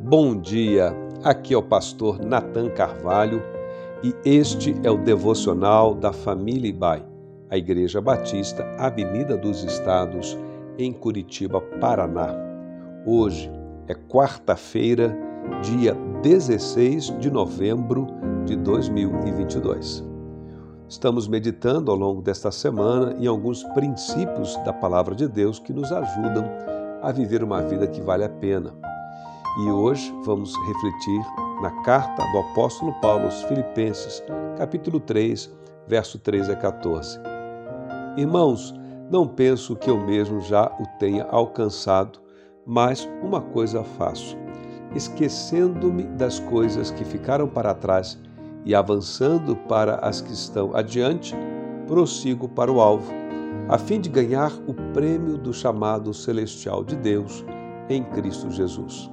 Bom dia, aqui é o pastor Nathan Carvalho e este é o devocional da Família Ibai, a Igreja Batista, Avenida dos Estados, em Curitiba, Paraná. Hoje é quarta-feira, dia 16 de novembro de 2022. Estamos meditando ao longo desta semana em alguns princípios da Palavra de Deus que nos ajudam a viver uma vida que vale a pena. E hoje vamos refletir na carta do apóstolo Paulo aos Filipenses, capítulo 3, verso 13 a 14. Irmãos, não penso que eu mesmo já o tenha alcançado, mas uma coisa faço, esquecendo-me das coisas que ficaram para trás e avançando para as que estão adiante, prossigo para o alvo, a fim de ganhar o prêmio do chamado celestial de Deus em Cristo Jesus.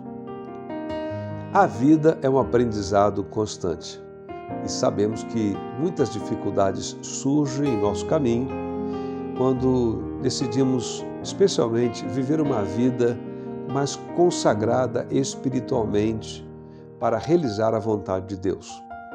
A vida é um aprendizado constante e sabemos que muitas dificuldades surgem em nosso caminho quando decidimos, especialmente, viver uma vida mais consagrada espiritualmente para realizar a vontade de Deus.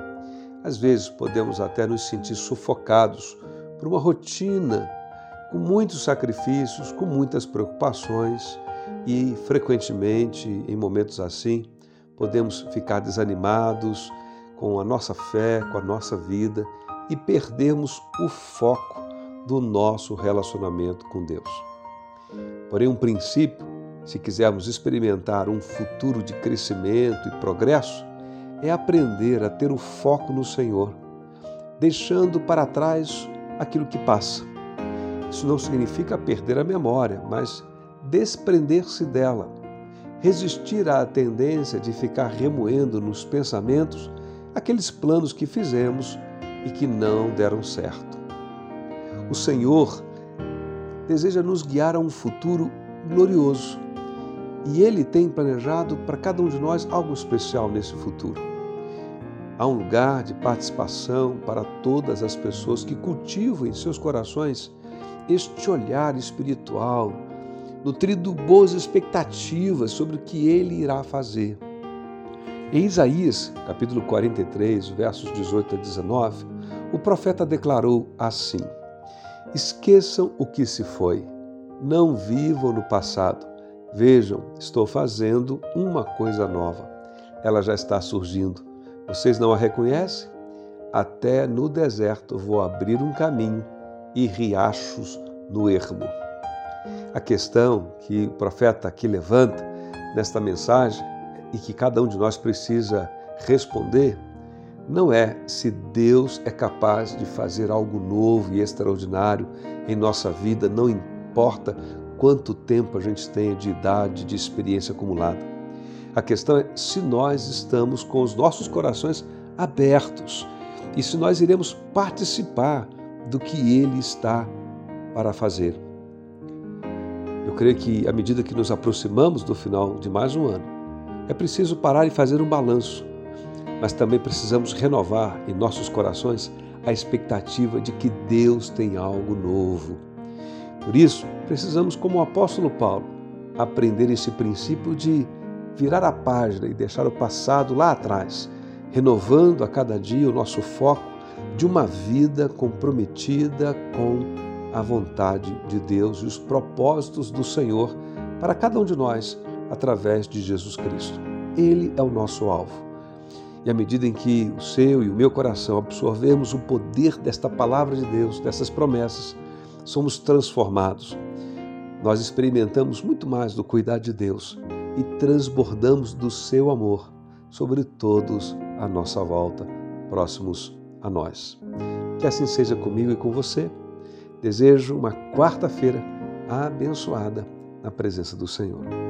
Às vezes podemos até nos sentir sufocados por uma rotina com muitos sacrifícios, com muitas preocupações e, frequentemente, em momentos assim, podemos ficar desanimados com a nossa fé, com a nossa vida e perdermos o foco do nosso relacionamento com Deus. Porém, um princípio, se quisermos experimentar um futuro de crescimento e progresso, é aprender a ter o foco no Senhor, deixando para trás aquilo que passa. Isso não significa perder a memória, mas desprender-se dela. Resistir à tendência de ficar remoendo nos pensamentos aqueles planos que fizemos e que não deram certo. O Senhor deseja nos guiar a um futuro glorioso e Ele tem planejado para cada um de nós algo especial nesse futuro. Há um lugar de participação para todas as pessoas que cultivam em seus corações este olhar espiritual, nutrindo boas expectativas sobre o que Ele irá fazer. Em Isaías, capítulo 43, versos 18 a 19, o profeta declarou assim: esqueçam o que se foi, não vivam no passado. Vejam, estou fazendo uma coisa nova. Ela já está surgindo. Vocês não a reconhecem? Até no deserto vou abrir um caminho e riachos no ermo. A questão que o profeta aqui levanta nesta mensagem e que cada um de nós precisa responder não é se Deus é capaz de fazer algo novo e extraordinário em nossa vida, não importa quanto tempo a gente tenha de idade, de experiência acumulada. A questão é se nós estamos com os nossos corações abertos e se nós iremos participar do que Ele está para fazer. Eu creio que, à medida que nos aproximamos do final de mais um ano, é preciso parar e fazer um balanço, mas também precisamos renovar em nossos corações a expectativa de que Deus tem algo novo. Por isso, precisamos, como o apóstolo Paulo, aprender esse princípio de virar a página e deixar o passado lá atrás, renovando a cada dia o nosso foco de uma vida comprometida com a vontade de Deus e os propósitos do Senhor para cada um de nós através de Jesus Cristo. Ele é o nosso alvo. E à medida em que o seu e o meu coração absorvemos o poder desta palavra de Deus, dessas promessas, somos transformados. Nós experimentamos muito mais do cuidado de Deus e transbordamos do seu amor sobre todos à nossa volta, próximos a nós. Que assim seja comigo e com você. Desejo uma quarta-feira abençoada na presença do Senhor.